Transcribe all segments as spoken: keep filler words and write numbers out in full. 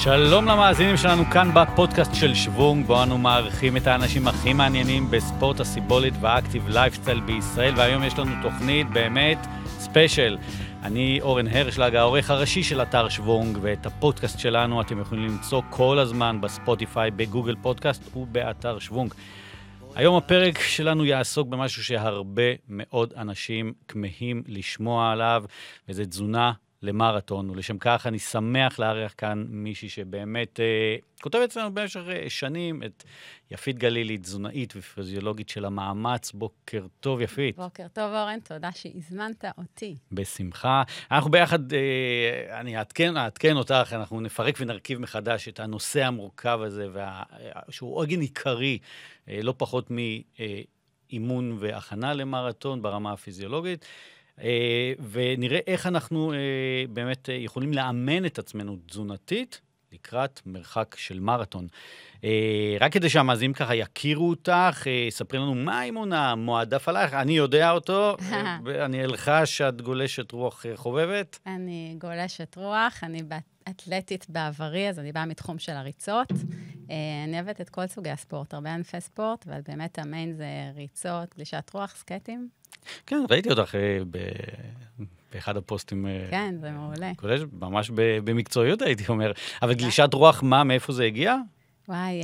שלום למאזינים שלנו כאן בפודקאסט של שוונג, בו אנו מערכים את האנשים הכי מעניינים בספורט הסיבולית והאקטיב לייפסטייל בישראל, והיום יש לנו תוכנית באמת ספיישל. אני אורן הרשלג, העורך הראשי של אתר שוונג, ואת הפודקאסט שלנו אתם יכולים למצוא כל הזמן בספוטיפיי, בגוגל פודקאסט ובאתר שוונג. היום הפרק שלנו יעסוק במשהו שהרבה מאוד אנשים כמהים לשמוע עליו, וזה תזונה למרתון, ולשם כך אני שמח לארח כאן מישהי שבאמת אה, כותבת אצלנו במשך שנים את יפית גלילי, תזונאית ופיזיולוגית של המאמץ. בוקר טוב, יפית. בוקר טוב, אורן, תודה שהזמנת אותי. בשמחה. אנחנו ביחד, אה, אני אעדכן, אעדכן אותך, אנחנו נפרק ונרכיב מחדש את הנושא המורכב הזה, וה, שהוא עוגן עיקרי, אה, לא פחות מאימון והכנה למרתון ברמה הפיזיולוגית. Uh, ונראה איך אנחנו uh, באמת uh, יכולים לאמן את עצמנו תזונתית לקראת מרחק של מרתון. Uh, רק כדי שהמאזינים ככה יכירו אותך, uh, ספרי לנו מה האימון המועדף עליך. אני יודע אותו, אני אלחש שאת גולשת רוח uh, חובבת. אני גולשת רוח, אני אתלטית בעברי, אז אני באה מתחום של הריצות. Uh, אני אוהבת את כל סוגי הספורט, הרבה ענפי ספורט, אבל באמת המיין זה ריצות, גלישת רוח, סקטים. כן, ראיתי אותך באחד הפוסטים. כן, זה מעולה. גולש, ממש במקצועיות הייתי אומר. אבל גלישת רוח, מה, מאיפה זה הגיע? וואי,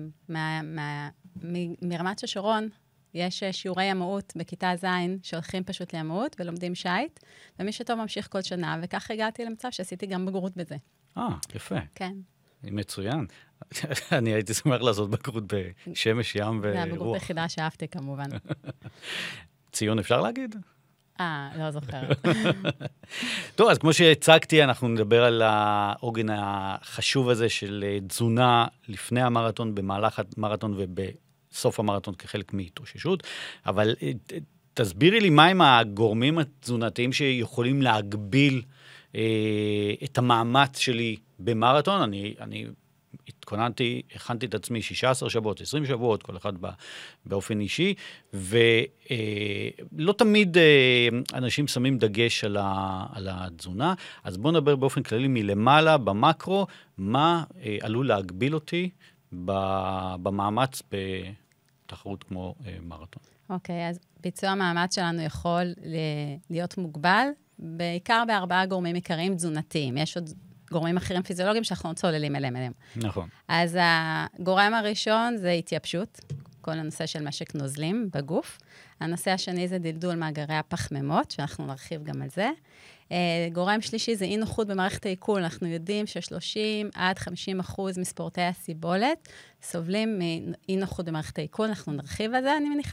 מרמת ששרון יש שיעורי ימאות בכיתה ז' שהולכים פשוט לימאות ולומדים שייט, ומי שטוב ממשיך כל שנה, וכך הגעתי למצב שעשיתי גם בגרות בזה. אה, יפה. כן. מצוין. אני הייתי שמח לעשות בגרות בשמש, ים ורוח. זה הבגרות ביחידה שאהבתי כמובן. ציון אפשר להגיד? אה, לא זוכרת. טוב, אז כמו שהצגתי, אנחנו נדבר על העוגן החשוב הזה של תזונה לפני המרתון, במהלך המרתון ובסוף המרתון כחלק מהתאוששות, אבל תסבירי לי מהם הגורמים התזונתיים שיכולים להגביל אה, את המאמץ שלי במרתון. אני... אני התכוננתי, הכנתי את עצמי שישה עשר שבועות, עשרים שבועות, כל אחד באופן אישי, ולא תמיד אנשים שמים דגש על התזונה, אז בואו נדבר באופן כללי מלמעלה, במקרו, מה עלול להגביל אותי במאמץ בתחרות כמו מרתון. אוקיי, אז ביצוע המאמץ שלנו יכול להיות מוגבל, בעיקר בארבעה גורמים עיקריים תזונתיים. יש עוד גורמים אחרים פיזיולוגיים שאנחנו צוללים אליהם אליהם. נכון. אז הגורם הראשון זה התייבשות, כל הנושא של משק נוזלים בגוף. הנושא השני זה דלדול מאגרי הפחמימות, שאנחנו נרחיב גם על זה. גורם שלישי זה אי נוחות במערכת העיכול. אנחנו יודעים ש-שלושים עד חמישים אחוז מספורטי הסיבולת סובלים מאי נוחות במערכת העיכול, אנחנו נרחיב על זה, אני מניחה.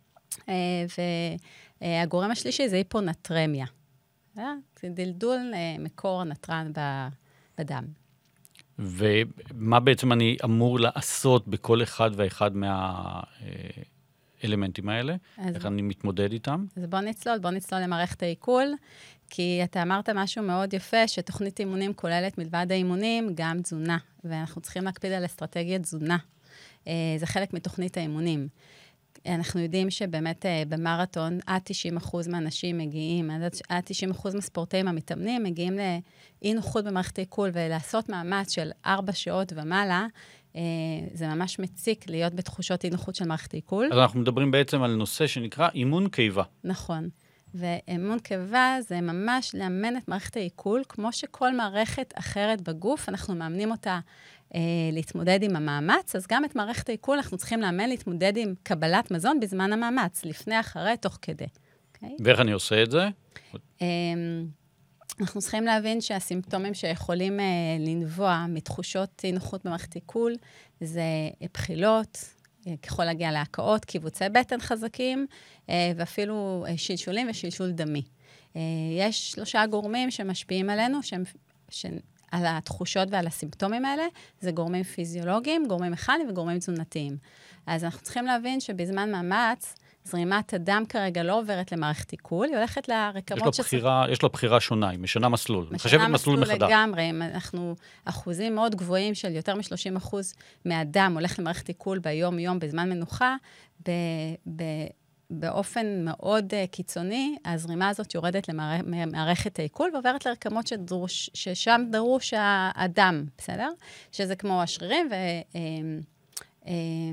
והגורם השלישי זה היפונטרמיה. זה דלדול מקור נטרן בדם. ומה בעצם אני אמור לעשות בכל אחד ואחד מהאלמנטים האלה? איך אני מתמודד איתם? אז בוא נצלול, בוא נצלול למערכת העיכול, כי אתה אמרת משהו מאוד יפה, שתוכנית אימונים כוללת מלבד האימונים, גם תזונה, ואנחנו צריכים להקפיד על אסטרטגיית תזונה. זה חלק מתוכנית האימונים. אנחנו יודעים שבאמת במרתון, עד תשעים אחוז מהאנשים מגיעים, עד תשעים אחוז מספורטאים המתאמנים, מגיעים לאי נוחות במערכת העיכול, ולעשות מאמץ של ארבע שעות ומעלה, זה ממש מציק להיות בתחושות אי נוחות של מערכת העיכול. אז אנחנו מדברים בעצם על נושא שנקרא אימון קיבה. נכון. ואימון קיבה זה ממש לאמן את מערכת העיכול, כמו שכל מערכת אחרת בגוף, אנחנו מאמנים אותה אה, להתמודד עם המאמץ, אז גם את מערכת העיכול אנחנו צריכים לאמן להתמודד עם קבלת מזון בזמן המאמץ, לפני, אחרי, תוך כדי. Okay? ואיך אני עושה את זה? אה, אנחנו צריכים להבין שהסימפטומים שיכולים אה, לנבוע מתחושות אי נוחות במערכת העיכול, זה בחילות, ככל להגיע להקאות, קיבוצי בטן חזקים, ואפילו שלשולים ושלשול דמי. יש שלושה גורמים שמשפיעים עלינו, שהם, על התחושות ועל הסימפטומים האלה, זה גורמים פיזיולוגיים, גורמים מכניים וגורמים תזונתיים. אז אנחנו צריכים להבין שבזמן מאמץ, זרימת הדם כרגע לא עוברת למערכת עיכול, היא הולכת לרקמות שצריך... יש לו בחירה שונה, היא משנה מסלול. משנה מסלול מחדש. לגמרי, אנחנו אחוזים מאוד גבוהים של יותר מ-שלושים אחוז מהדם הולך למערכת עיכול ביום-יום בזמן מנוחה, ב... ב... באופן מאוד uh, קיצוני, הזרימה הזאת יורדת למערכת העיכול, ועוברת לרקמות שדרוש, ששם דרוש האדם, בסדר? שזה כמו השרירים ו... Uh, uh,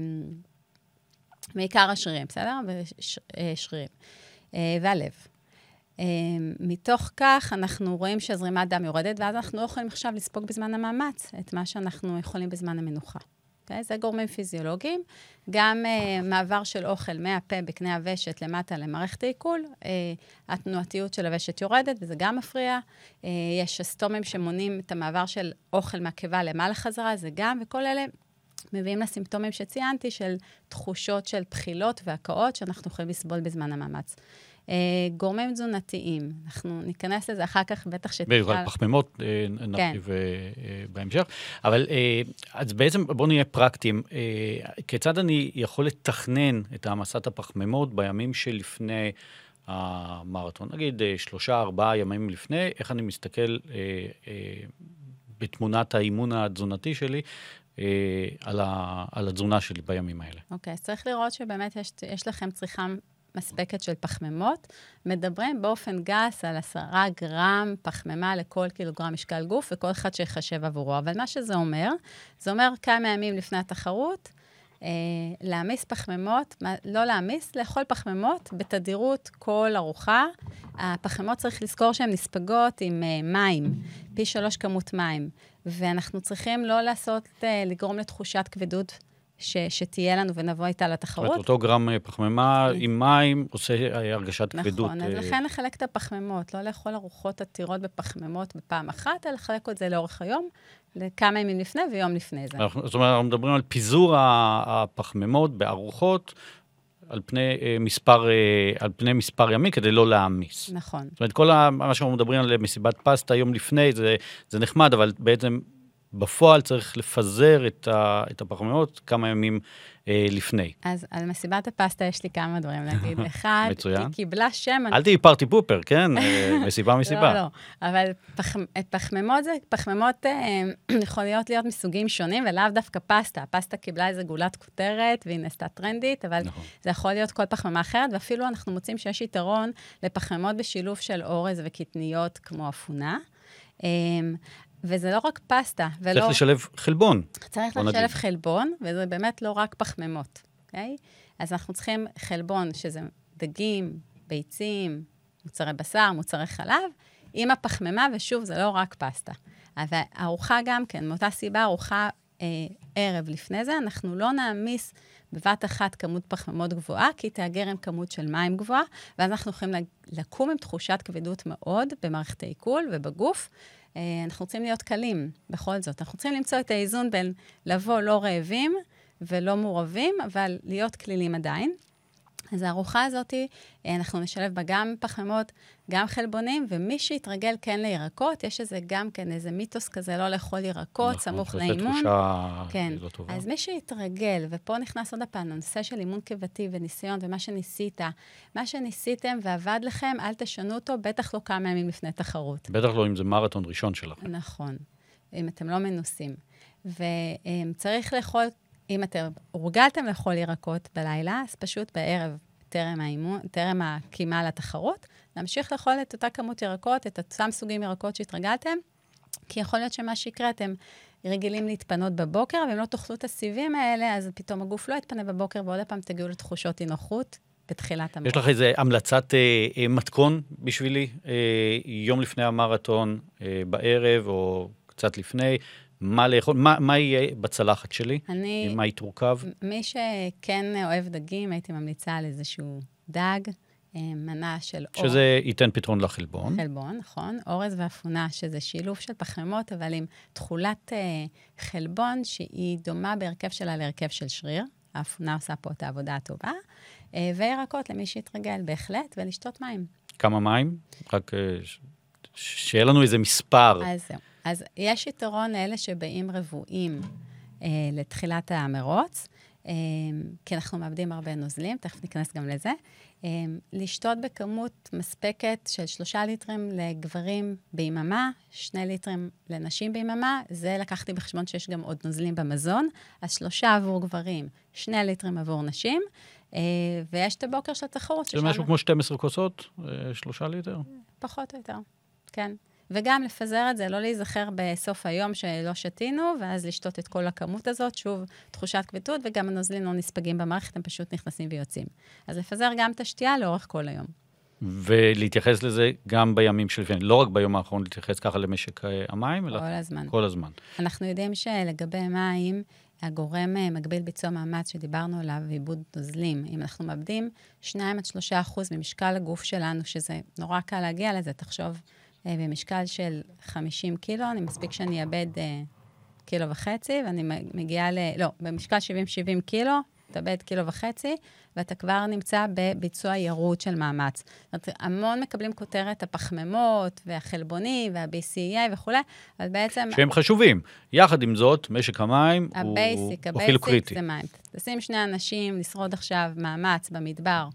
מעיקר השרירים, בסדר? ושרירים. Uh, והלב. Uh, מתוך כך, אנחנו רואים שהזרימת דם יורדת, ואז אנחנו לא יכולים עכשיו לספוג בזמן המאמץ את מה שאנחנו יכולים בזמן המנוחה. Okay? זה גורמים פיזיולוגיים. גם uh, מעבר של אוכל מהפה בקנה הוושת למטה למערכת העיכול, uh, התנועתיות של הוושת יורדת, וזה גם מפריע. Uh, יש שסתומים שמונים את המעבר של אוכל מהקיבה למעלה חזרה, זה גם, וכל אלה מביאים לסימפטומים שציינתי של תחושות של בחילות והקאות שאנחנו יכולים לסבול בזמן המאמץ. Uh, גורמים תזונתיים, אנחנו ניכנס לזה אחר כך, בטח שתוכל... בעיקר פחמימות, נרחיב כן. בהמשך. אבל אז בעצם בואו נהיה פרקטיים. כיצד אני יכול לתכנן את העמסת הפחמימות בימים שלפני המרתון? נגיד שלושה, ארבעה ימים לפני, איך אני מסתכל בתמונת האימון התזונתי שלי, על, ה, על התזונה שלי בימים האלה. אוקיי, אז צריך לראות שבאמת יש, יש לכם צריכה מספקת של פחמימות. מדברים באופן גס על עשרה גרם פחמימה לכל קילוגרם משקל גוף, וכל אחד שיחשב עבורו. אבל מה שזה אומר, זה אומר כמה ימים לפני התחרות, אה, להמיס פחמימות, לא להמיס, לאכול פחמימות בתדירות כל ארוחה. הפחמימות צריך לזכור שהן נספגות עם אה, מים, פי שלוש כמות מים. ואנחנו צריכים לא לעשות, אה, לגרום לתחושת כבדות ש, שתהיה לנו ונבוא איתה לתחרות. את אותו גרם פחמימה עם מים עושה הרגשת כבדות. נכון, אז לכן לחלק את הפחמימות, לא לאכול ארוחות עתירות בפחמימות בפעם אחת, אלא לחלק את זה לאורך היום, לכמה ימים לפני ויום לפני זה. זאת אומרת, אנחנו מדברים על פיזור הפחמימות בארוחות, על פני מספר, על פני מספר ימים, כדי לא להעמיס. נכון. זאת אומרת, כל מה שאנחנו מדברים על מסיבת פסטה יום לפני, זה, זה נחמד, אבל בעצם בפועל צריך לפזר את, ה, את הפחמימות כמה ימים אה, לפני. אז על מסיבת הפסטה יש לי כמה דברים להגיד. אחד, היא קיבלה שם... אל תהי פארטי פופר, כן? מסיבה מסיבה. לא, לא. אבל פח, פחמימות זה, פחמימות אה, יכולות להיות מסוגים שונים, ולאו דווקא פסטה. הפסטה קיבלה איזו גולת כותרת, והיא נעשתה טרנדית, אבל נכון. זה יכול להיות כל פחמימה אחרת, ואפילו אנחנו מוצאים שיש יתרון לפחמימות בשילוב של אורז וקטניות כמו אפונה. אה, וזה לא רק פסטה. ולא... צריך לשלב חלבון. צריך לשלב חלבון, וזה באמת לא רק פחמימות, אוקיי? אז אנחנו צריכים חלבון, שזה דגים, ביצים, מוצרי בשר, מוצרי חלב, עם הפחמימה, ושוב, זה לא רק פסטה. אבל הארוחה גם כן, מאותה סיבה, ארוחה אה, ערב לפני זה, אנחנו לא נעמיס בבת אחת כמות פחמימות גבוהה, כי תאגר עם כמות של מים גבוהה, ואז אנחנו יכולים לקום עם תחושת כבדות מאוד במערכת העיכול ובגוף, אנחנו רוצים להיות קלים, בכל זאת. אנחנו רוצים למצוא את האיזון בין לבוא לא רעבים ולא מעורבים, אבל להיות כלילים עדיין. אז הארוחה הזאת, אנחנו נשלב בה גם פחמימות, גם חלבונים, ומי שיתרגל כן לירקות, יש איזה גם כן, איזה מיתוס כזה, לא לאכול ירקות, סמוך לאימון. כן, אז מי שיתרגל, ופה נכנס עוד הפעם, הנושא של אימון קיבתי וניסיון, ומה שניסית, מה שניסיתם ועבד לכם, אל תשנו אותו, בטח לא כמה ימים לפני תחרות. בטח לא אם זה מרתון ראשון שלכם. נכון, אם אתם לא מנוסים. וצריך לאכול, אם אתם הורגלתם לאכול ירקות בלילה, אז פשוט בערב, טרם האימון, טרם הקימה לתחרות, להמשיך לאכול את אותה כמות ירקות, את אותם סוגים ירקות שהתרגלתם, כי יכול להיות שמה שיקרה, אתם רגילים להתפנות בבוקר, ואם לא תאכלו את הסיבים האלה, אז פתאום הגוף לא יתפנה בבוקר, ועוד הפעם תגיעו לתחושות אי-נוחות בתחילת המרתון. יש לך איזה המלצת אה, אה, מתכון בשבילי, אה, יום לפני המרתון, אה, בערב או קצת לפני, מה לאכול, מה, מה יהיה בצלחת שלי? אני... מה יתורכב? מי שכן אוהב דגים, הייתי ממליצה על איזשהו דג, מנה של אור. שזה ייתן פתרון לחלבון. חלבון, נכון. אורז ואפונה, שזה שילוב של פחמימות, אבל עם תכולת אה, חלבון, שהיא דומה בהרכב שלה להרכב של שריר. האפונה עושה פה את העבודה הטובה. אה, וירקות למי שיתרגל בהחלט, ולשתות מים. כמה מים? רק אה, ש... שיהיה לנו איזה מספר. אז זהו. אז יש יתרון לאלה שבאים רבועים אה, לתחילת המרוץ, אה, כי אנחנו מאבדים הרבה נוזלים, תכף ניכנס גם לזה. אה, לשתות בכמות מספקת של שלושה ליטרים לגברים ביממה, שני ליטרים לנשים ביממה, זה לקחתי בחשבון שיש גם עוד נוזלים במזון, אז שלושה עבור גברים, שני ליטרים עבור נשים, ויש את הבוקר של התחרות. זה משהו כמו שתים עשרה כוסות, שלושה ליטר? פחות או יותר, כן. וגם לפזר את זה, לא להיזכר בסוף היום שלא שתינו, ואז לשתות את כל הכמות הזאת, שוב, תחושת כבדות, וגם הנוזלים לא נספגים במערכת, הם פשוט נכנסים ויוצאים. אז לפזר גם את השתייה לאורך כל היום. ולהתייחס לזה גם בימים שלפני, לא רק ביום האחרון להתייחס ככה למשק המים, אלא כל הזמן. כל הזמן. אנחנו יודעים שלגבי מים, הגורם מגביל ביצוע מאמץ שדיברנו עליו, עיבוד נוזלים. אם אנחנו מאבדים שניים עד שלושה אחוז ממשקל הגוף שלנו, שזה נורא קל להגיע לזה, תחשוב, במשקל של חמישים קילו, אני מספיק שאני אאבד קילו וחצי, ואני מגיעה ל... לא, במשקל שבעים שבעים קילו, תאבד קילו וחצי, ואתה כבר נמצא בביצוע ירוד של מאמץ. זאת אומרת, המון מקבלים כותרת הפחמימות, והחלבוני, וה-בי סי איי וכו', אבל בעצם... שהם חשובים. יחד עם זאת, משק המים הוא הבייסיק, אפילו קריטי. הבייסיק זה מים. תשים שני אנשים, לשרוד עכשיו מאמץ במדבר,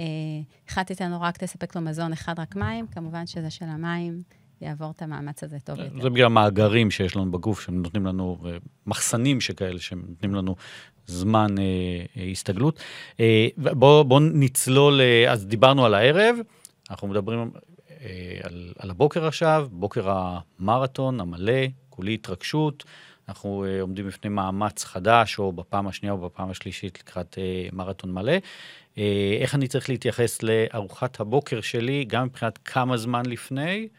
אחד תיתן לו רק תספק לו מזון, אחד רק מים, כמובן שזה של המים יעבור את המאמץ הזה טוב יותר. זה בגלל המאגרים שיש לנו בגוף, שהם נותנים לנו, מחסנים שכאלה, שהם נותנים לנו זמן אה, הסתגלות. אה, בואו בוא נצלול, אז דיברנו על הערב, אנחנו מדברים אה, על, על הבוקר עכשיו, בוקר המרתון, המלא, כולי התרגשות, אנחנו אה, עומדים בפני מאמץ חדש, או בפעם השנייה או בפעם השלישית לקראת אה, מרתון מלא. אה, איך אני צריך להתייחס לארוחת הבוקר שלי, גם מבחינת כמה זמן לפני,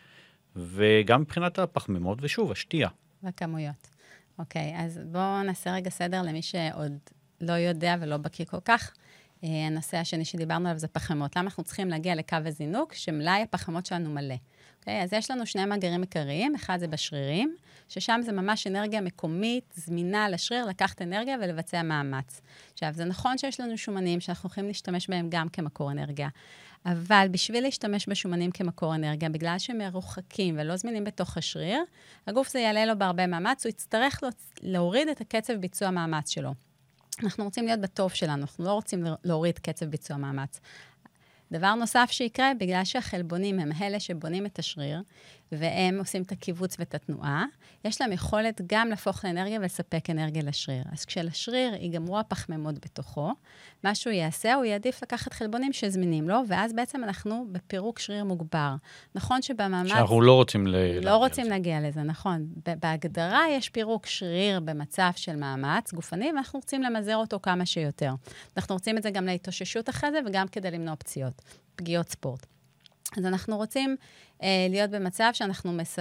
וגם מבחינת הפחמימות, ושוב, השתייה. והכמויות. אוקיי, אז בואו נעשה רגע סדר למי שעוד לא יודע ולא בקיא כל כך. הנושא השני שדיברנו עליו זה פחמימות. למה אנחנו צריכים להגיע לקו הזינוק, שמלאי הפחמימות שלנו מלא? אוקיי, אז יש לנו שני מאגרים עיקריים, אחד זה בשרירים, ששם זה ממש אנרגיה מקומית, זמינה לשריר, לקחת אנרגיה ולבצע מאמץ. עכשיו, זה נכון שיש לנו שומנים שאנחנו יכולים להשתמש בהם גם כמקור אנרגיה, אבל בשביל להשתמש בשומנים כמקור אנרגיה, בגלל שהם מרוחקים ולא זמינים בתוך השריר, הגוף זה יעלה לו בהרבה מאמץ, הוא יצטרך להוריד את הקצב ביצוע מאמץ שלו. אנחנו רוצים להיות בטוב שלנו, אנחנו לא רוצים להוריד קצב ביצוע מאמץ. דבר נוסף שיקרה, בגלל שהחלבונים הם אלה שבונים את השריר, והם עושים את הקיבוץ ואת התנועה, יש להם יכולת גם להפוך לאנרגיה ולספק אנרגיה לשריר. אז כשלשריר ייגמרו הפחמימות בתוכו, מה שהוא יעשה, הוא יעדיף לקחת חלבונים שזמינים לו, ואז בעצם אנחנו בפירוק שריר מוגבר. נכון שבמאמץ... שאנחנו לא רוצים ל... לא רוצים להגיע לזה, נכון. בהגדרה יש פירוק שריר במצב של מאמץ גופני, ואנחנו רוצים למזער אותו כמה שיותר. אנחנו רוצים את זה גם להתאוששות אחרי זה, וגם כדי למנוע פציעות, פגיעות ספורט. אז אנחנו רוצים אה, להיות במצב שאנחנו מס, אה,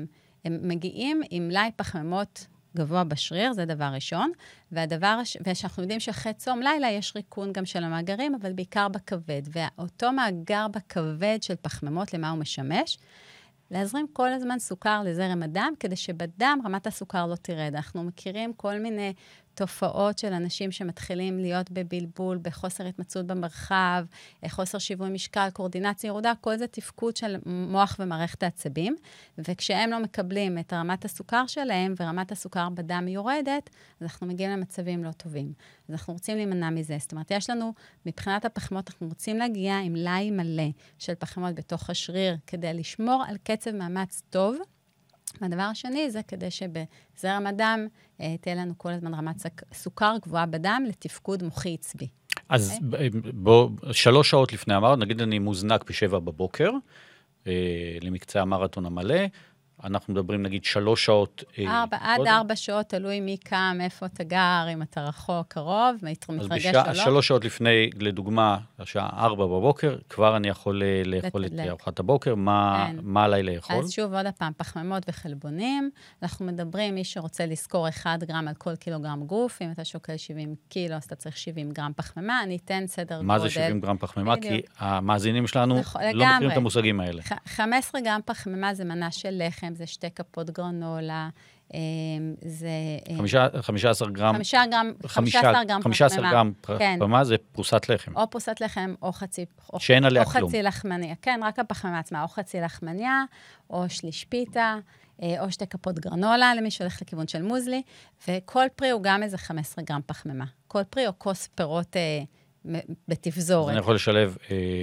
מגיעים עם מלאי פחמימות גבוה בשריר, זה דבר ראשון, והדבר, ושאנחנו יודעים שאחרי צום לילה יש ריקון גם של המאגרים, אבל בעיקר בכבד, ואותו מאגר בכבד של פחמימות, למה הוא משמש? להזרים כל הזמן סוכר לזרם הדם, כדי שבדם רמת הסוכר לא תרד. אנחנו מכירים כל מיני תופעות של אנשים שמתחילים להיות בבלבול, בחוסר התמצאות במרחב, חוסר שיווי משקל, קורדינציה ירודה, כל זה תפקוד של מוח ומערכת העצבים, וכשהם לא מקבלים את רמת הסוכר שלהם, ורמת הסוכר בדם יורדת, אז אנחנו מגיעים למצבים לא טובים. אז אנחנו רוצים להימנע מזה. זאת אומרת, יש לנו, מבחינת הפחמות, אנחנו רוצים להגיע עם מלאי מלא של פחמות בתוך השריר, כדי לשמור על קצב מאמץ טוב, והדבר השני זה כדי שבזרם הדם אה, תהיה לנו כל הזמן רמת סוכר גבוהה בדם לתפקוד מוחי עצבי. אז okay? בוא, שלוש שעות לפני המרתון, נגיד אני מוזנק בשבע בבוקר, אה, למקצה המרתון המלא, אנחנו מדברים נגיד שלוש שעות... ארבע, אה, עד ארבע שעות, תלוי מי קם, איפה אתה גר, אם אתה רחוק, קרוב, מתרגש או לא. אז שלוש שעות לפני, לדוגמה, השעה ארבע בבוקר, כבר אני יכול לאכול את ארוחת הבוקר, מה, מה עליי לאכול? אז שוב, עוד הפעם, פחמימות וחלבונים, אנחנו מדברים, מי שרוצה לזכור אחד גרם על כל קילוגרם גוף, אם אתה שוקל שבעים קילו, אז אתה צריך שבעים גרם פחמימה, אני אתן סדר גודל. מה זה שבעים גרם פחמימה? כי המאזינים שלנו לא מכירים את המושגים האלה. חמישה עשר גרם פחמימה זה מנה של לחם, זה שתי כפות גרנולה, זה... חמישה עשר גרם... חמישה גרם, חמישה עשר גרם חמישה עשר גרם פחמימה זה פרוסת לחם. או פרוסת לחם, או חצי... שאין עליה כלום. או חצי לחמניה, כן, רק הפחמימה עצמה, או חצי לחמניה, או שליש פיתה, או שתי כפות גרנולה, למי שהולך לכיוון של מוזלי, וכל פרי הוא גם איזה חמישה עשר גרם פחמימה. כל פרי או כוס פירות בתפזורת. אז אני יכול לשלב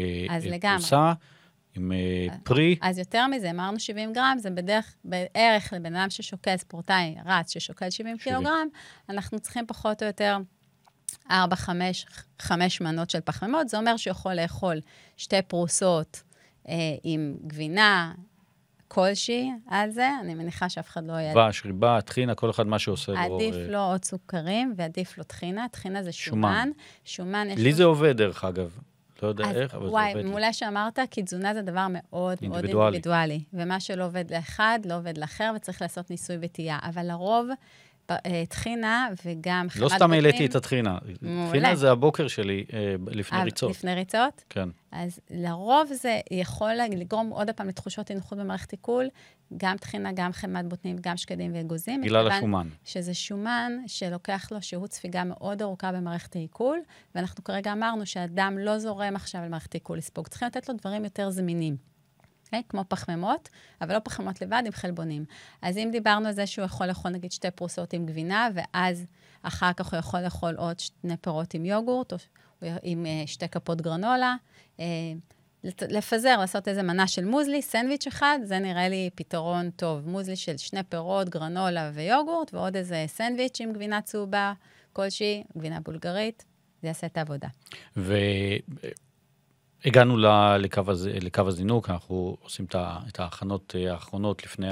פרוסה, עם פרי. אז יותר מזה, אמרנו שבעים גרם, זה בדרך, בערך לבן אדם ששוקל, ספורטאי רץ, ששוקל שבעים קילוגרם, אנחנו צריכים פחות או יותר ארבע, חמש, חמש מנות של פחמימות, זה אומר שיכול לאכול שתי פרוסות אה, עם גבינה כלשהי על זה, אני מניחה שאף אחד לא יהיה... דבש, ריבה, טחינה, כל אחד מה שעושה לו... עדיף לו עוד סוכרים, ועדיף לו טחינה. טחינה זה שומן. שומן יש... לי זה עובד, דרך אגב. לא יודע איך, אבל זה עובד לי. וואי, מעולה שאמרת, כי תזונה זה דבר מאוד מאוד אינדיבידואלי. ומה שלא עובד לאחד, לא עובד לאחר, וצריך לעשות ניסוי וטעייה. אבל לרוב, טחינה וגם חמת לא סתם העליתי את הטחינה. טחינה זה הבוקר שלי לפני ריצות. לפני ריצות? כן. אז לרוב זה יכול לגרום עוד פעם לתחושות אי-נוחות במערכת עיכול, גם טחינה, גם חמת בוטנים, גם שקדים ואגוזים. בגלל השומן. שזה שומן שלוקח לו שהות ספיגה מאוד ארוכה במערכת העיכול, ואנחנו כרגע אמרנו שהאדם לא זורם עכשיו על מערכת העיכול לספוג. צריכים לתת לו דברים יותר זמינים. Okay, כמו פחמימות, אבל לא פחמימות לבד, עם חלבונים. אז אם דיברנו על זה שהוא יכול לאכול, נגיד, שתי פרוסות עם גבינה, ואז אחר כך הוא יכול לאכול עוד שני פירות עם יוגורט, או עם שתי כפות גרנולה, לפזר, לעשות איזה מנה של מוזלי, סנדוויץ' אחד, זה נראה לי פתרון טוב. מוזלי של שני פירות, גרנולה ויוגורט, ועוד איזה סנדוויץ' עם גבינה צהובה, כלשהי, גבינה בולגרית, זה יעשה את העבודה. ו... הגענו לקו, לקו הזינוק, אנחנו עושים את ההכנות האחרונות לפני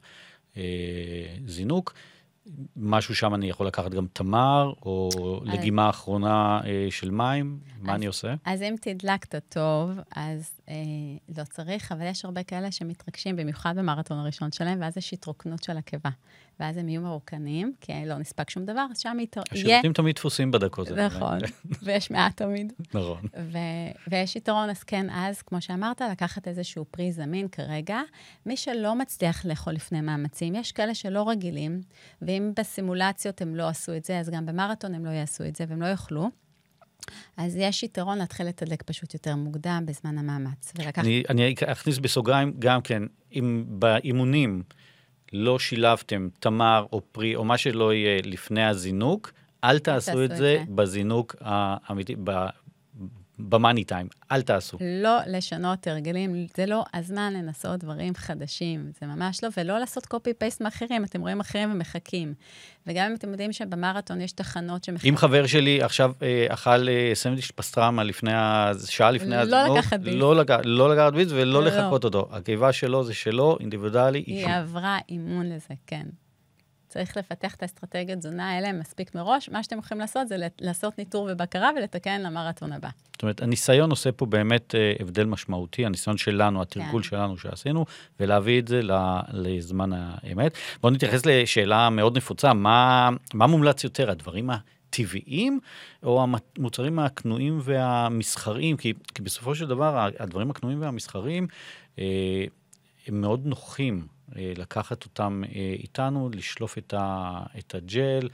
הזינוק. משהו שם אני יכול לקחת גם תמר, או לגימה האחרונה של מים. מה אני עושה? אז אם תדלקת טוב, אז לא צריך, אבל יש הרבה כאלה שמתרגשים, במיוחד במרתון הראשון שלהם, ואז יש התרוקנות של הקיבה. ואז הם יהיו מרוקנים, כי לא נספק שום דבר, אז שם יהיה... השירותים תמיד תפוסים בדקות. נכון, ויש מעט תמיד. נכון. ויש יתרון, אז כן, אז, כמו שאמרת, לקחת איזשהו פרי זמין כרגע. מי שלא מצליח לאכול לפני מאמצים, יש כאלה שלא רגילים, ואם בסימולציות הם לא עשו את זה, אז גם במרתון הם לא יעשו את זה, והם לא יאכלו. אז יש יתרון להתחיל לתדלק פשוט יותר מוקדם בזמן המאמץ. אני, אני אכניס בסוגריים גם כן, אם באימונים לא שילבתם תמר או פרי, או מה שלא יהיה לפני הזינוק, אל תעשו את זה בזינוק האמיתי, במאני טיים, אל תעשו. לא לשנות הרגלים, זה לא הזמן לנסות דברים חדשים, זה ממש לא, ולא לעשות קופי פייסט מאחרים, אתם רואים אחרים ומחכים. וגם אם אתם יודעים שבמרתון יש תחנות שמחכים. אם חבר שלי עכשיו אה, אכל אה, סנדוויץ' פסטרמה לפני, שעה לפני הזינוק, לא לקחת ביס. לא, לק... לא לקחת ביס ולא לא. לחכות אותו. הקיבה שלו זה שלו, אינדיבידואלי. היא עברה אימון לזה, כן. צריך לפתח את האסטרטגיות תזונה האלה מספיק מראש. מה שאתם יכולים לעשות זה לעשות ניטור ובקרה ולתקן למרתון הבא. זאת אומרת, הניסיון עושה פה באמת הבדל משמעותי, הניסיון שלנו, התרגול כן. שלנו שעשינו, ולהביא את זה לזמן האמת. בואו נתייחס לשאלה מאוד נפוצה, מה, מה מומלץ יותר, הדברים הטבעיים, או המוצרים הקנויים והמסחריים? כי, כי בסופו של דבר, הדברים הקנויים והמסחריים, אה, הם מאוד נוחים. לקחת אותם איתנו, לשלוף את, ה, את הג'ל.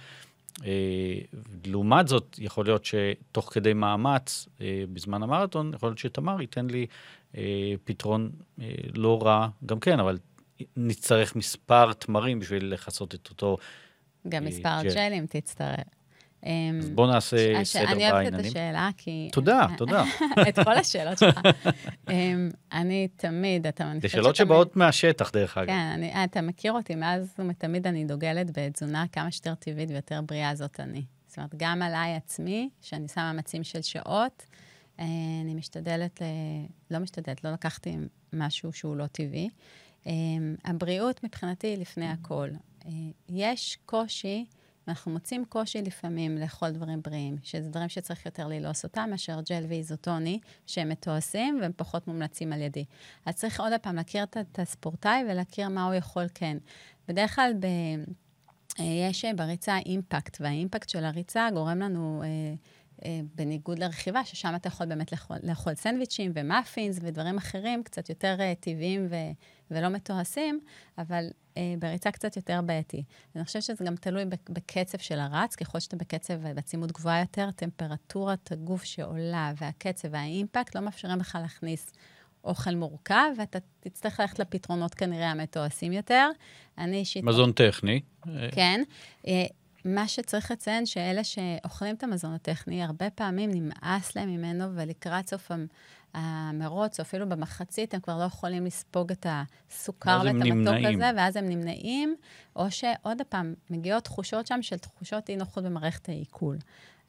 לעומת זאת, יכול להיות שתוך כדי מאמץ, בזמן המרתון, יכול להיות שתמר ייתן לי פתרון לא רע, גם כן, אבל נצטרך מספר תמרים בשביל לחסות את אותו גם מספר ג'ל. ג'לים תצטרך. אז בואו נעשה סדר בעניינים. אני אוהבת את השאלה, כי... תודה, תודה. את כל השאלות שלך. אני תמיד, אתה... זה שאלות שבאות מהשטח, דרך אגב. כן, אתה מכיר אותי, מאז ותמיד אני דוגלת בתזונה כמה שיותר טבעית ויותר בריאה זאת אני. זאת אומרת, גם עליי עצמי, שאני שמה מאמצים של שעות, אני משתדלת, לא משתדלת, לא לקחתי משהו שהוא לא טבעי. הבריאות מבחינתי היא לפני הכל. יש קושי, אנחנו מוצאים קושי לפעמים לאכול דברים בריאים, שזה דברים שצריך יותר ללעוס אותם, מאשר ג'ל ואיזוטוני, שהם מתועשים והם פחות מומלצים על ידי. אז צריך עוד פעם להכיר את הספורטאי ולהכיר מה הוא יכול כן. בדרך כלל ב... יש בריצה אימפקט, והאימפקט של הריצה גורם לנו, אה, אה, בניגוד לרכיבה, ששם אתה יכול באמת לאכול, לאכול סנדוויצ'ים ומאפינס ודברים אחרים, קצת יותר אה, טבעיים ו, ולא מתועשים, אבל אה, בריצה קצת יותר בעייתי. אני חושבת שזה גם תלוי בקצב של הרץ, ככל שאתה בקצב ובעצימות גבוהה יותר, טמפרטורת הגוף שעולה והקצב והאימפקט לא מאפשרים לך להכניס אוכל מורכב, ואתה תצטרך ללכת לפתרונות כנראה המתועשים יותר. אני אישית... מזון טכני. כן. מה שצריך לציין, שאלה שאוכלים את המזון הטכני, הרבה פעמים נמאס להם ממנו, ולקראת סוף המרוץ, או אפילו במחצית, הם כבר לא יכולים לספוג את הסוכר ואת המתוק הזה, ואז הם נמנעים, או שעוד פעם, מגיעות תחושות שם של תחושות אי נוחות במערכת העיכול.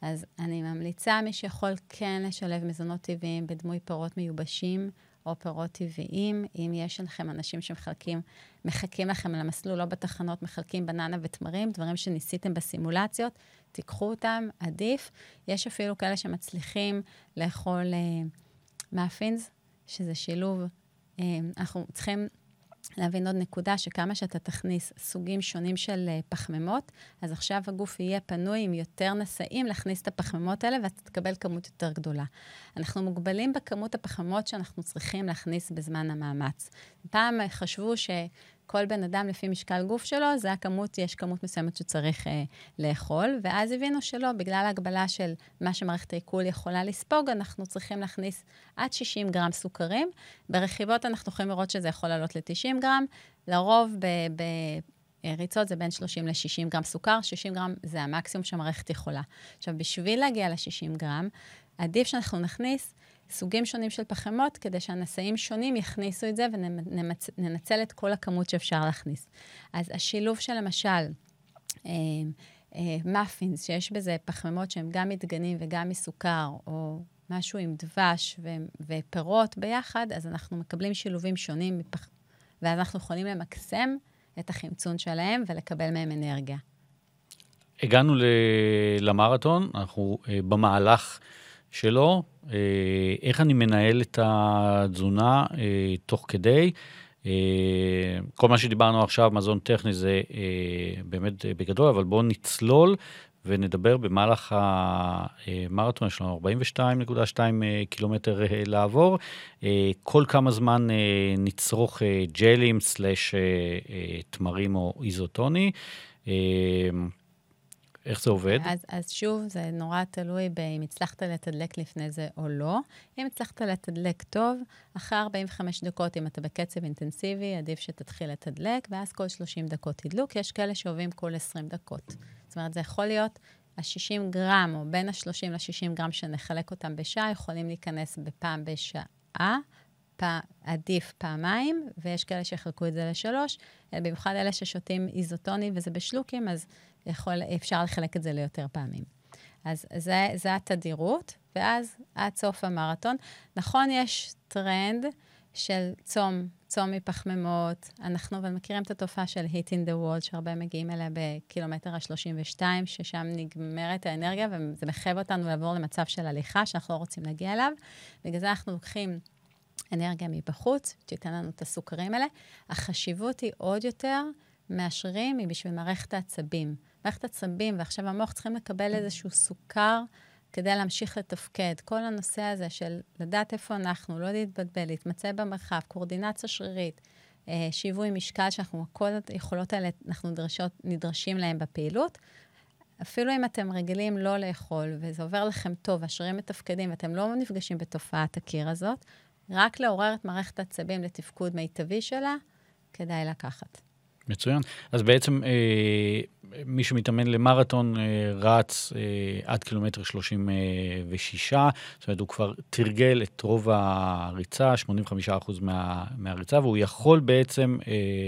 אז אני ממליצה מי שיכול כן לשלב מזונות טבעיים בדמוי פירות מיובשים, או פירות טבעיים. אם יש לכם אנשים שמחלקים, מחכים לכם על המסלול, לא בתחנות, מחלקים בננה ותמרים, דברים שניסיתם בסימולציות, תיקחו אותם, עדיף. יש אפילו כאלה שמצליחים לאכול אה, מאפינס, שזה שילוב. אה, אנחנו צריכים להבין עוד נקודה, שכמה שאתה תכניס סוגים שונים של uh, פחמימות, אז עכשיו הגוף יהיה פנוי עם יותר נשאים להכניס את הפחמימות האלה, ואתה תקבל כמות יותר גדולה. אנחנו מוגבלים בכמות הפחמימות שאנחנו צריכים להכניס בזמן המאמץ. פעם חשבו שכל בן אדם לפי משקל גוף שלו, זה הכמות, יש כמות מסוימת שצריך uh, לאכול, ואז הבינו שלא, בגלל ההגבלה של מה שמערכת העיכול יכולה לספוג, אנחנו צריכים להכניס עד שישים גרם סוכרים. ברכיבות אנחנו יכולים לראות שזה יכול לעלות ל-תשעים גרם, לרוב בריצות זה בין שלושים ל-שישים גרם סוכר, שישים גרם זה המקסימום שהמערכת יכולה. עכשיו, בשביל להגיע ל-שישים גרם, עדיף שאנחנו נכניס סוגים שונים של פחמות, כדי שהנשאים שונים יכניסו את זה, וננצל את כל הכמות שאפשר להכניס. אז השילוב של למשל, מאפינס, שיש בזה פחמימות שהם גם מדגנים וגם מסוכר, או משהו עם דבש ו- ופירות ביחד, אז אנחנו מקבלים שילובים שונים, מפח... ואז אנחנו יכולים למקסם את החמצון שלהם ולקבל מהם אנרגיה. הגענו ל- למרתון, אנחנו uh, במהלך שלו, uh, איך אני מנהל את התזונה uh, תוך כדי, uh, כל מה שדיברנו עכשיו, מזון טכני, זה uh, באמת uh, בגדול, אבל בואו נצלול, ונדבר במהלך המרתון, יש לנו ארבעים ושתיים נקודה שתיים קילומטר לעבור. כל כמה זמן נצרוך ג'לים סלש תמרים או איזוטוני. איך זה עובד? אז, אז שוב, זה נורא תלוי אם הצלחת לתדלק לפני זה או לא. אם הצלחת לתדלק טוב, אחרי ארבעים וחמש דקות, אם אתה בקצב אינטנסיבי, עדיף שתתחיל לתדלק, ואז כל שלושים דקות תדלוק. יש כאלה שאוהבים כל עשרים דקות. זאת אומרת, זה יכול להיות ה-שישים גרם, או בין ה-שלושים ל-שישים גרם שנחלק אותם בשעה, יכולים להיכנס בפעם בשעה, פע... עדיף פעמיים, ויש כאלה שיחלקו את זה לשלוש, במיוחד אלה ששותים איזוטוני וזה בשלוקים, אז יכול, אפשר לחלק את זה ליותר פעמים. אז זה, זה התדירות, ואז עד סוף המרתון. נכון, יש טרנד של צום, צום מפחמימות. אנחנו אבל מכירים את התופעה של hit in the wall, שהרבה מגיעים אליה בקילומטר ה-שלושים ושתיים, ששם נגמרת האנרגיה, וזה מחייב אותנו לעבור למצב של הליכה, שאנחנו לא רוצים להגיע אליו. בגלל זה אנחנו לוקחים אנרגיה מבחוץ, שתיתן לנו את הסוכרים האלה. החשיבות היא עוד יותר מהשרירים, היא בשביל מערכת העצבים. מערכת העצבים, ועכשיו המוח צריכים לקבל איזשהו סוכר, כדי להמשיך לתפקד. כל הנושא הזה של לדעת איפה אנחנו, לא להתבלבל, להתמצא במרחב, קורדינציה שרירית, שיווי משקל, שאנחנו, כל היכולות האלה, אנחנו נדרשות, נדרשים להם בפעילות. אפילו אם אתם רגילים לא לאכול, וזה עובר לכם טוב, השרירים מתפקדים, ואתם לא נפגשים בתופעת הקיר הזאת, רק לעורר את מערכת העצבים לתפקוד מיטבי שלה, כדאי לקחת. מצוין. אז בעצם אה, מי שמתאמן למרתון אה, רץ אה, עד קילומטר שלושים ושש, זאת אומרת, הוא כבר תרגל את רוב הריצה, שמונים וחמישה אחוז מה, מהריצה, והוא יכול בעצם, אה,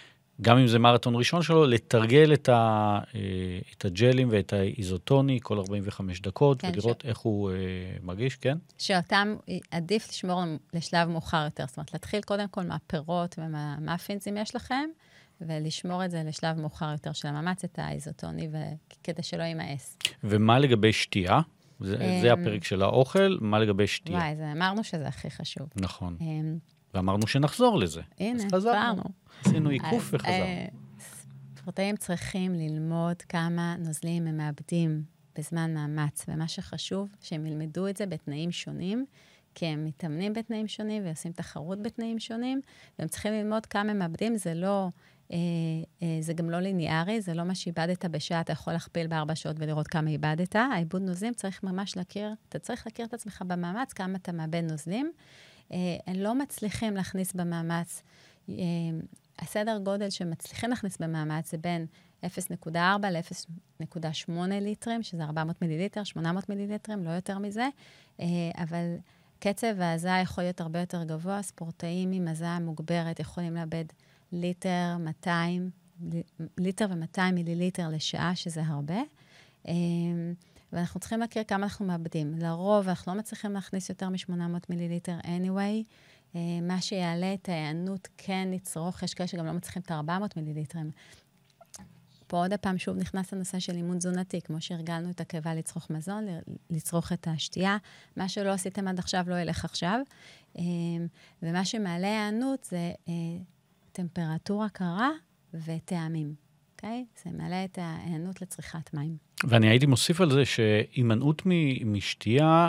גם אם זה מרתון ראשון שלו, לתרגל את, ה, אה, את הג'לים ואת האיזוטוני כל ארבעים וחמש דקות, כן, ולראות ש... איך הוא אה, מרגיש, כן? שאותם עדיף לשמור לשלב מאוחר יותר, זאת אומרת, להתחיל קודם כל מהפירות ומהמאפינס, אם יש לכם, ולשמור את זה לשלב מאוחר יותר של המאמץ, את האיזוטוני, כדי שלא יימאס. ומה לגבי שתייה? זה, זה הפרק של האוכל, מה לגבי שתייה? וואי, זה אמרנו שזה הכי חשוב. נכון. ואמרנו שנחזור לזה. הנה, חזרנו. עשינו עיקוף וחזרנו. ספורטאים צריכים ללמוד כמה נוזלים הם מאבדים בזמן מאמץ, ומה שחשוב, שהם ילמדו את זה בתנאים שונים, כי הם מתאמנים בתנאים שונים ועושים תחרות בתנאים שונים, והם צריכים ללמוד כמה הם מאבדים, זה לא, אה, אה, זה גם לא ליניארי, זה לא מה שאיבדת בשעה, אתה יכול להכפיל בארבע שעות ולראות כמה איבדת. העיבוד נוזלים צריך ממש להכיר, אתה צריך להכיר את עצמך במאמץ, כמה אתה מאבד נוזלים. אה, הם לא מצליחים להכניס במאמץ, אה, הסדר גודל שמצליחים להכניס במאמץ זה בין אפס נקודה ארבע ל-אפס נקודה שמונה ליטרים, שזה ארבע מאות מיליליטר, שמונה מאות מיליליטרים, לא יותר מזה, אה, אבל קצב ההזה יכול להיות הרבה יותר גבוה, ספורטאים עם הזה מוגברת יכולים לאבד ליטר מאתיים, ליטר ו-מאתיים מיליליטר לשעה, שזה הרבה. ואנחנו צריכים להכיר כמה אנחנו מאבדים. לרוב, אנחנו לא מצליחים להכניס יותר מ-שמונה מאות מיליליטר anyway. מה שיעלה את ההיענות כן לצרוך, יש כאלה שגם לא מצליחים את ארבע מאות מיליליטרים. פה עוד הפעם שוב נכנס הנושא של אימון תזונתי, כמו שהרגלנו את הקיבה לצרוך מזון, לצרוך את השתייה. מה שלא עשיתם עד עכשיו לא ילך עכשיו. ומה שמעלה ההיענות זה טמפרטורה קרה וטעמים. אוקיי? זה מעלה את ההיענות לצריכת מים. ואני הייתי מוסיף על זה שהימנעות משתייה,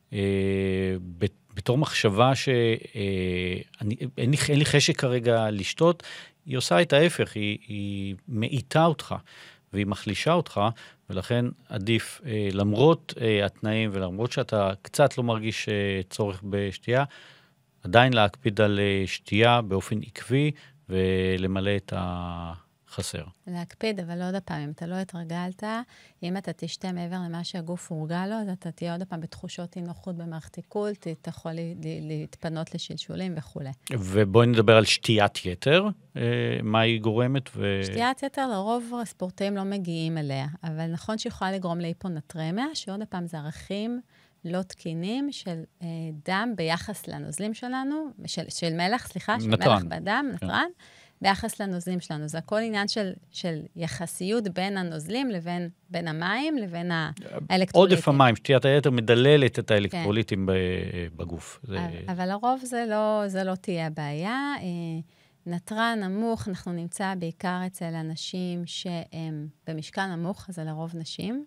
בתור מחשבה שאין לי חשק כרגע לשתות, היא עושה את ההפך, היא, היא מאיטה אותך, והיא מחלישה אותך, ולכן עדיף, למרות התנאים, ולמרות שאתה קצת לא מרגיש צורך בשתייה, עדיין להקפיד על שתייה באופן עקבי, ולמלא את החסר. להקפיד, אבל עוד הפעם, אם אתה לא התרגלת, אם אתה תשתה מעבר למה שהגוף הורגל לו, אז אתה תהיה עוד הפעם בתחושות אי נוחות במערכת עיכול, אתה יכול להתפנות לשלשולים וכו'. ובואי נדבר על שתיית יתר, מה היא גורמת? ו... שתיית יתר, לרוב הספורטאים לא מגיעים אליה, אבל נכון שיכולה לגרום להיפונטרמיה, שעוד הפעם זה ערכים לא תקינים של אה, דם ביחס לנוזלים שלנו, של, של מלח, סליחה, של נטרן. מלח בדם, נטרן, ביחס לנוזלים שלנו. זה הכל עניין של, של יחסיות בין הנוזלים לבין בין המים לבין האלקטרוליטים. עודף המים, שתיית היתר מדללת את האלקטרוליטים כן. בגוף. זה... אבל לרוב זה לא, זה לא תהיה הבעיה. נטרן נמוך, אנחנו נמצא בעיקר אצל אנשים שהם במשקל נמוך, אז זה לרוב נשים.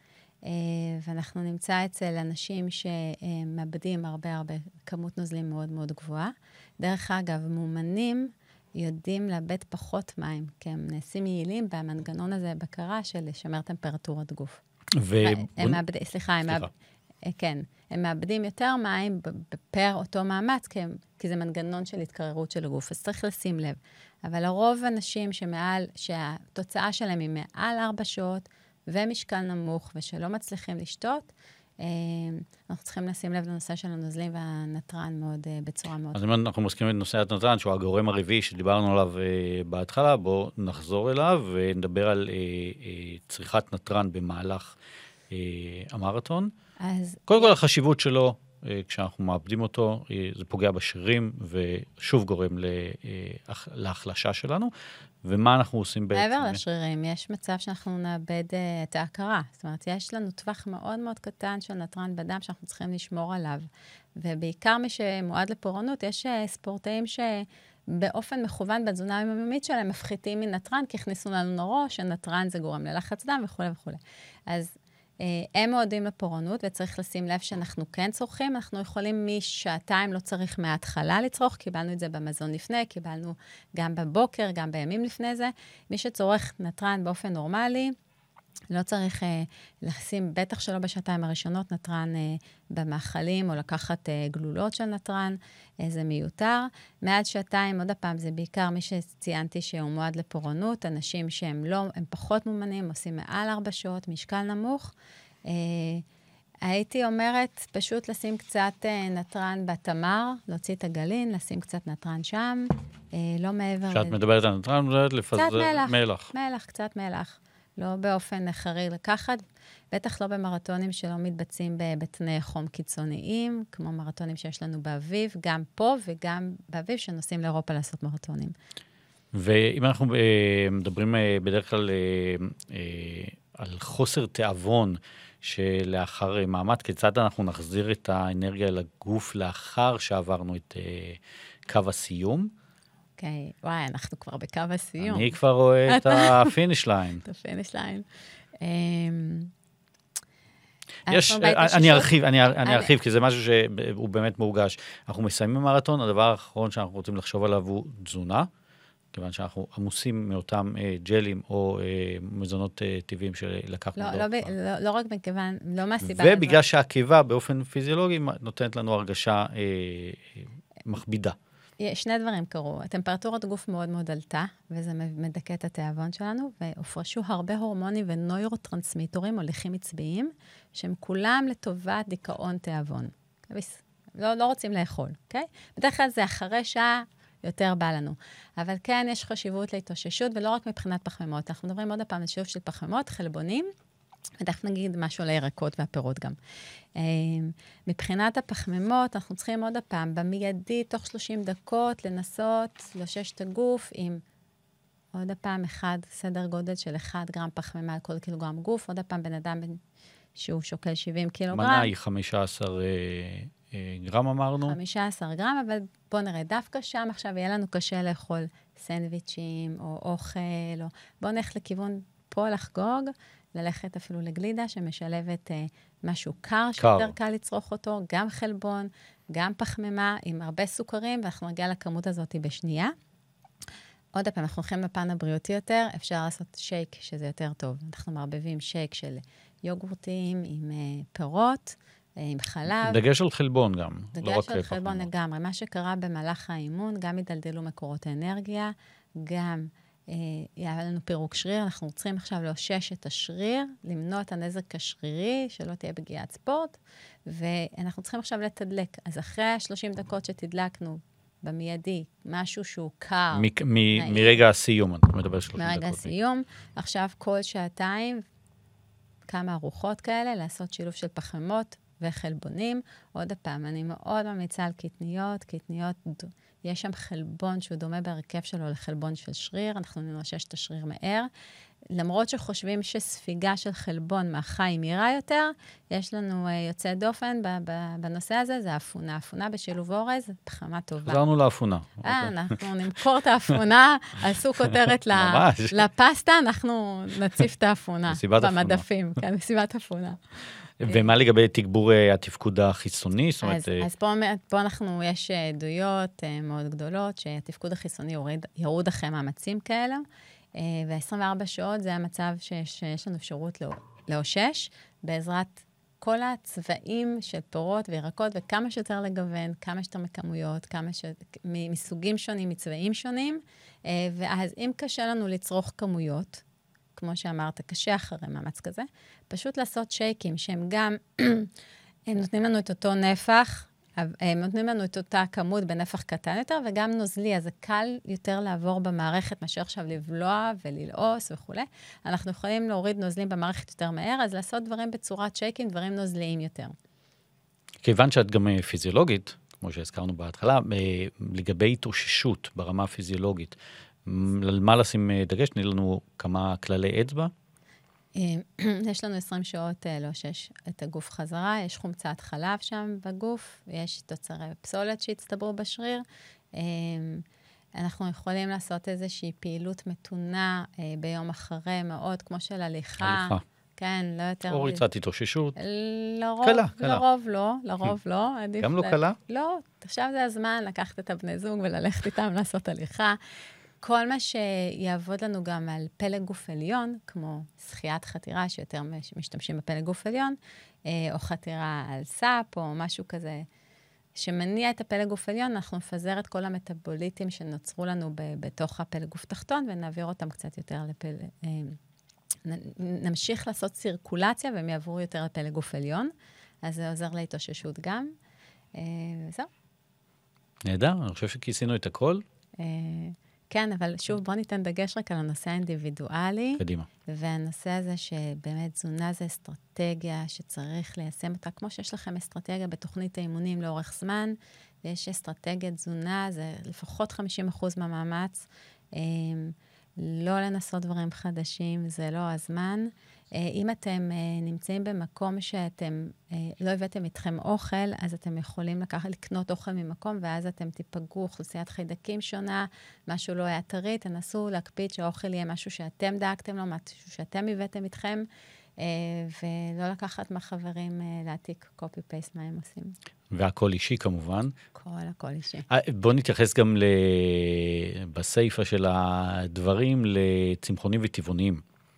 ואנחנו נמצא אצל אנשים שמאבדים הרבה הרבה כמות נוזלים מאוד מאוד גבוהה. דרך אגב, מאומנים יודעים לאבד פחות מים, כי הם נעשים יעילים במנגנון הזה בקרה של לשמר טמפרטורת גוף. ו... הם מאבד... סליחה, הם מאבד... כן, הם מאבדים יותר מים בפר אותו מאמץ, כי, הם... כי זה מנגנון של התקררות של הגוף, אז צריך לשים לב. אבל לרוב אנשים שמעל, שהתוצאה שלהם היא מעל ארבע שעות, ומשקל נמוך, ושלא מצליחים לשתות, אנחנו צריכים לשים לב לנושא של הנוזלים והנטרן מאוד, בצורה מאוד. אז אם אנחנו מסכימים את נושא הנטרן, שהוא הגורם הרביעי שדיברנו עליו בהתחלה, בואו נחזור אליו ונדבר על צריכת נטרן במהלך המרתון. אז... קודם כל, החשיבות שלו, כשאנחנו מאבדים אותו, זה פוגע בשרירים, ושוב גורם להחלשה שלנו. ומה אנחנו עושים בעצם? מעבר לשרירים, יש מצב שאנחנו נאבד uh, את ההכרה. זאת אומרת, יש לנו טווח מאוד מאוד קטן של נטרן בדם שאנחנו צריכים לשמור עליו. ובעיקר מי שמועד לפורענות, יש uh, ספורטאים שבאופן מכוון בתזונה היומיומית שלהם מפחיתים מנטרן, כי הכניסו לנו לראש שנטרן זה גורם ללחץ דם וכו' וכו'. אז uh, הם מועדים לפורענות, וצריך לשים לב שאנחנו כן צורכים. אנחנו יכולים משעתיים, לא צריך מההתחלה לצרוך, קיבלנו את זה במזון לפני, קיבלנו גם בבוקר, גם בימים לפני זה. מי שצורך נטרן באופן נורמלי, לא צריך uh, לשים, בטח שלא בשעתיים הראשונות, נטרן uh, במאכלים, או לקחת uh, גלולות של נטרן, uh, זה מיותר. מעד שעתיים, עוד הפעם, זה בעיקר מי שציינתי שהוא מועד לפורענות, אנשים שהם לא, הם פחות מומנים, עושים מעל ארבע שעות, משקל נמוך. Uh, הייתי אומרת, פשוט לשים קצת uh, נטרן בתמר, להוציא את הגלין, לשים קצת נטרן שם, uh, לא מעבר... כשאת מדברת על נטרן, מדברת לפזר מלח. מלח. מלח, קצת מלח. לא באופן חריג לקחת, בטח לא במרתונים שלא מתבצעים בתנאי חום קיצוניים, כמו מרתונים שיש לנו באביב, גם פה וגם באביב שנוסעים לאירופה לעשות מרתונים. ואם אנחנו מדברים בדרך כלל על חוסר תיאבון שלאחר מאמץ, כיצד אנחנו נחזיר את האנרגיה לגוף לאחר שעברנו את קו הסיום? אוקיי, וואי, אנחנו כבר בקו הסיום. אני כבר רואה את הפיניש ליין. את הפיניש ליין. יש, אני ארחיב, אני ארחיב, כי זה משהו שהוא באמת מורגש. אנחנו מסיימים מרתון, הדבר האחרון שאנחנו רוצים לחשוב עליו הוא תזונה, כיוון שאנחנו עמוסים מאותם ג'לים או מזונות טבעיים שלקחנו. לא רק מכיוון, לא מהסיבה. ובגלל שהקיבה באופן פיזיולוגי נותנת לנו הרגשה מכבידה. שני דברים קרו. הטמפרטורת גוף מאוד מאוד עלתה, וזה מדכא את התיאבון שלנו, והופרשו הרבה הורמונים ונוירוטרנסמיטורים, הולכים עצביים, שהם כולם לטובת דיכאון תיאבון. לא, לא רוצים לאכול, אוקיי? בדרך כלל זה אחרי שעה יותר בא לנו. אבל כן, יש חשיבות להתאוששות, ולא רק מבחינת פחמימות. אנחנו מדברים עוד הפעם על שילוב של פחמימות, חלבונים, ותכף נגיד משהו על הירקות והפירות גם. מבחינת הפחמימות, אנחנו צריכים עוד הפעם, במיידי, תוך שלושים דקות, לנסות לאושש את הגוף עם עוד הפעם אחד, סדר גודל של אחד גרם פחמימה על כל קילוגרם גוף, עוד הפעם בן אדם שהוא שוקל שבעים קילוגרם. מנה היא חמישה עשר גרם אמרנו? חמישה עשר גרם, אבל בואו נראה, דווקא שם עכשיו יהיה לנו קשה לאכול סנדוויצ'ים או אוכל, או בואו נלך לכיוון פה לחגוג, ללכת אפילו לגלידה שמשלבת אה, משהו קר, קר, שיותר קל לצרוך אותו, גם חלבון, גם פחמימה, עם הרבה סוכרים, ואנחנו נגיע לכמות הזאת בשנייה. עוד פעם, אנחנו הולכים לפן הבריאותי יותר, אפשר לעשות שייק שזה יותר טוב. אנחנו מערבבים שייק של יוגורטים עם אה, פירות, אה, עם חלב. דגש על חלבון גם, לא רק פחמימה. דגש על חלבון לגמרי. מה שקרה במהלך האימון, גם ידלדלו מקורות האנרגיה, גם יהיה לנו פירוק שריר, אנחנו צריכים עכשיו לאושש את השריר, למנוע את הנזק השרירי, שלא תהיה פגיעת ספורט, ואנחנו צריכים עכשיו לתדלק. אז אחרי שלושים דקות שתדלקנו במיידי, משהו שהוא קר, מרגע הסיום, אתה מדבר שלושים דקות. מרגע הסיום, עכשיו כל שעתיים, כמה ארוחות כאלה, לעשות שילוב של פחמימות וחלבונים. עוד הפעם, אני מאוד ממליצה על קטניות, קטניות, יש שם חלבון שהוא דומה בהרכב שלו לחלבון של שריר, אנחנו ננושש את השריר מהר. למרות שחושבים שספיגה של חלבון מהחי היא מהירה יותר, יש לנו יוצא דופן בנושא הזה, זה האפונה. האפונה בשילוב אורז, פחמה טובה. חזרנו לאפונה. אה, אנחנו נמכור את האפונה, עשו כותרת לפסטה, אנחנו נציף את האפונה. במדפים, כן, מסיבת אפונה. ומה לגבי תגבור התפקוד החיסוני? אז, אז פה, פה אנחנו, יש עדויות מאוד גדולות, שהתפקוד החיסוני יורד, ירוד אחרי מאמצים כאלה, ו-עשרים וארבע שעות זה המצב שיש, שיש לנו אפשרות לאושש, בעזרת כל הצבעים של פירות וירקות, וכמה שיותר לגוון, כמה שיותר מכמויות, כמה ש... מסוגים שונים, מצבעים שונים, ואז אם קשה לנו לצרוך כמויות, כמו שאמרת, קשה אחרי מאמץ כזה, פשוט לעשות שייקים שהם גם, הם נותנים לנו את אותו נפח, הם נותנים לנו את אותה כמות בנפח קטן יותר, וגם נוזלי, אז זה קל יותר לעבור במערכת, מאשר עכשיו לבלוע וללעוס וכו'. אנחנו יכולים להוריד נוזלים במערכת יותר מהר, אז לעשות דברים בצורת שייקים, דברים נוזליים יותר. כיוון שאת גם פיזיולוגית, כמו שהזכרנו בהתחלה, לגבי התאוששות ברמה הפיזיולוגית, על מה לשים דגש? תני לנו כמה כללי אצבע. יש לנו עשרים שעות לאושש את הגוף חזרה, יש חומצת חלב שם בגוף, יש תוצרי פסולת שהצטברו בשריר. אנחנו יכולים לעשות איזושהי פעילות מתונה ביום אחרי מאוד, כמו של הליכה. הליכה. כן, לא יותר... או ריצת התאוששות. לרוב, קלה, קלה. לרוב לא, לרוב לא. גם לא קלה? לא, עכשיו זה הזמן לקחת את הבני זוג וללכת איתם לעשות הליכה. כל מה שיעבוד לנו גם על פלג גוף עליון, כמו שחיית חתירה, שיותר משתמשים בפלג גוף עליון, או חתירה על סאפ, או משהו כזה, שמניע את הפלג גוף עליון, אנחנו נפזר את כל המטאבוליטים שנוצרו לנו בתוך הפלג גוף תחתון, ונעביר אותם קצת יותר לפלג... נמשיך לעשות סירקולציה, והם יעברו יותר לפלג גוף עליון, אז זה עוזר להתאוששות גם. וזהו. נהדר, אני חושב שכיסינו את הכל. כן, אבל שוב, בוא ניתן דגש רק על הנושא האינדיבידואלי. קדימה. והנושא הזה שבאמת תזונה זה אסטרטגיה שצריך ליישם אותה, כמו שיש לכם אסטרטגיה בתוכנית האימונים לאורך זמן, ויש אסטרטגיית תזונה, זה לפחות חמישים אחוז מהמאמץ. לא לנסות דברים חדשים, זה לא הזמן. אם אתם נמצאים במקום שאתם לא הבאתם איתכם אוכל, אז אתם יכולים לקחת, לקנות אוכל ממקום, ואז אתם תיפגעו, אוכלוסיית חיידקים שונה, משהו לא היה טרי, תנסו להקפיד שהאוכל יהיה משהו שאתם דאגתם לו, משהו שאתם הבאתם איתכם, ולא לקחת מהחברים להעתיק קופי-פייסט מה הם עושים. והכל אישי כמובן. כל הכל אישי. בוא נתייחס גם בסייפה של הדברים לצמחונים וטבעונים.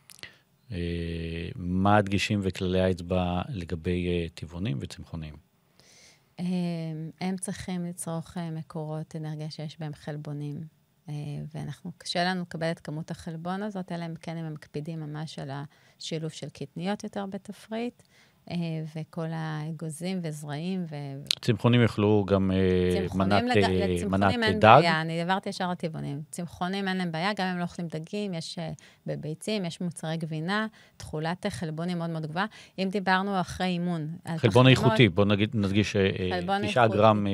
מה הדגשים וכללי האצבע לגבי טבעונים וצמחונים? הם צריכים לצרוך מקורות אנרגיה שיש בהם חלבונים, ואנחנו, קשה לנו לקבל את כמות החלבון הזאת, אלא הם כן הם מקפידים ממש על השילוב של קטניות יותר בתפריט, וכל האגוזים וזרעים. ו... צמחונים יוכלו גם מנת, לג... מנת אין דג? בעיה, אני עברתי ישר הטבעונים. צמחונים אין להם בעיה, גם אם לא אוכלים דגים, יש בביצים, יש מוצרי גבינה, תחולת חלבון היא מאוד מאוד גבוהה. אם דיברנו אחרי אימון... חלבון איכותי, בואו נדגיש תשעה גרם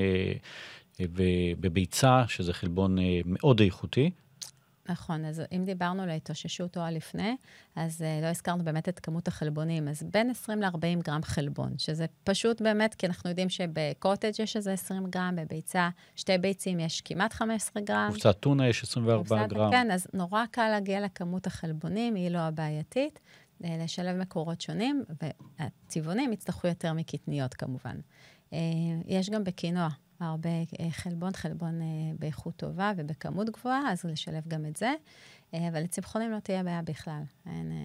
בביצה, שזה חלבון מאוד איכותי. נכון, אז אם דיברנו להתאוששות או לפני, אז לא הזכרנו באמת את כמות החלבונים, אז בין עשרים לארבעים גרם חלבון, שזה פשוט באמת, כי אנחנו יודעים שבקוטג' יש איזה עשרים גרם, בביצה, שתי ביצים יש כמעט חמישה עשרה גרם. קופסת טונה יש עשרים וארבעה גרם. כן, אז נורא קל להגיע לכמות החלבונים, היא לא הבעייתית, לשלב מקורות שונים, והצבעונים יצטרכו יותר מקטניות כמובן. יש גם בקינוע. הרבה חלבון, חלבון באיכות טובה ובכמות גבוהה, אז לשלב גם את זה. אבל לצמחונים לא תהיה בעיה בכלל. אין,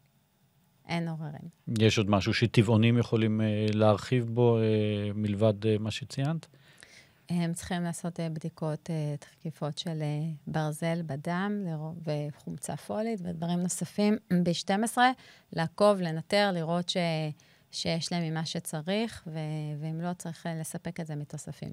אין עוררים. יש עוד משהו שטבעונים יכולים להרחיב בו מלבד מה שציינת? הם צריכים לעשות בדיקות תקיפות של ברזל בדם וחומצה פולית ודברים נוספים ב-שתים עשרה, לעקוב, לנטר, לראות ש... שיש להם ממה שצריך, ו... ואם לא צריך לספק את זה מתוספים.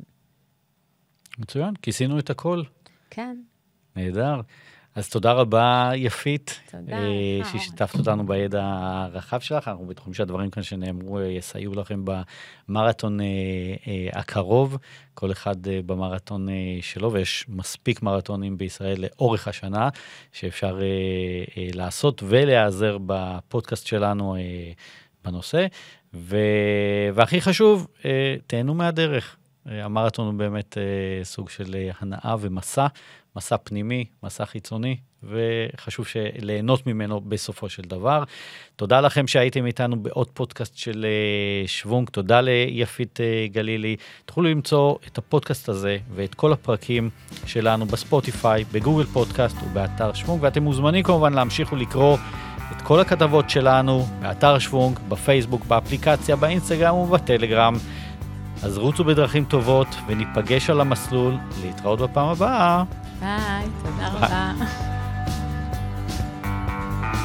מצוין, כיסינו את הכל. כן. נהדר. אז תודה רבה, יפית. תודה. אה, ששיתפת אותנו בידע הרחב שלך. אנחנו בטוחים שהדברים כאן שנאמרו יסייעו לכם במרתון אה, אה, הקרוב. כל אחד אה, במרתון אה, שלו, ויש מספיק מרתונים בישראל לאורך השנה, שאפשר אה, אה, לעשות ולהיעזר בפודקאסט שלנו אה, בנושא, ו... והכי חשוב, תהנו מהדרך. המרתון הוא באמת סוג של הנאה ומסע, מסע פנימי, מסע חיצוני, וחשוב ליהנות ממנו בסופו של דבר. תודה לכם שהייתם איתנו בעוד פודקאסט של שוונג, תודה ליפית גלילי. תוכלו למצוא את הפודקאסט הזה ואת כל הפרקים שלנו בספוטיפיי, בגוגל פודקאסט ובאתר שוונג, ואתם מוזמנים כמובן להמשיך ולקרוא את כל הכתבות שלנו באתר שוונג, בפייסבוק, באפליקציה, באינסטגרם ובטלגרם. אז רוצו בדרכים טובות וניפגש על המסלול. להתראות בפעם הבאה. ביי, תודה רבה.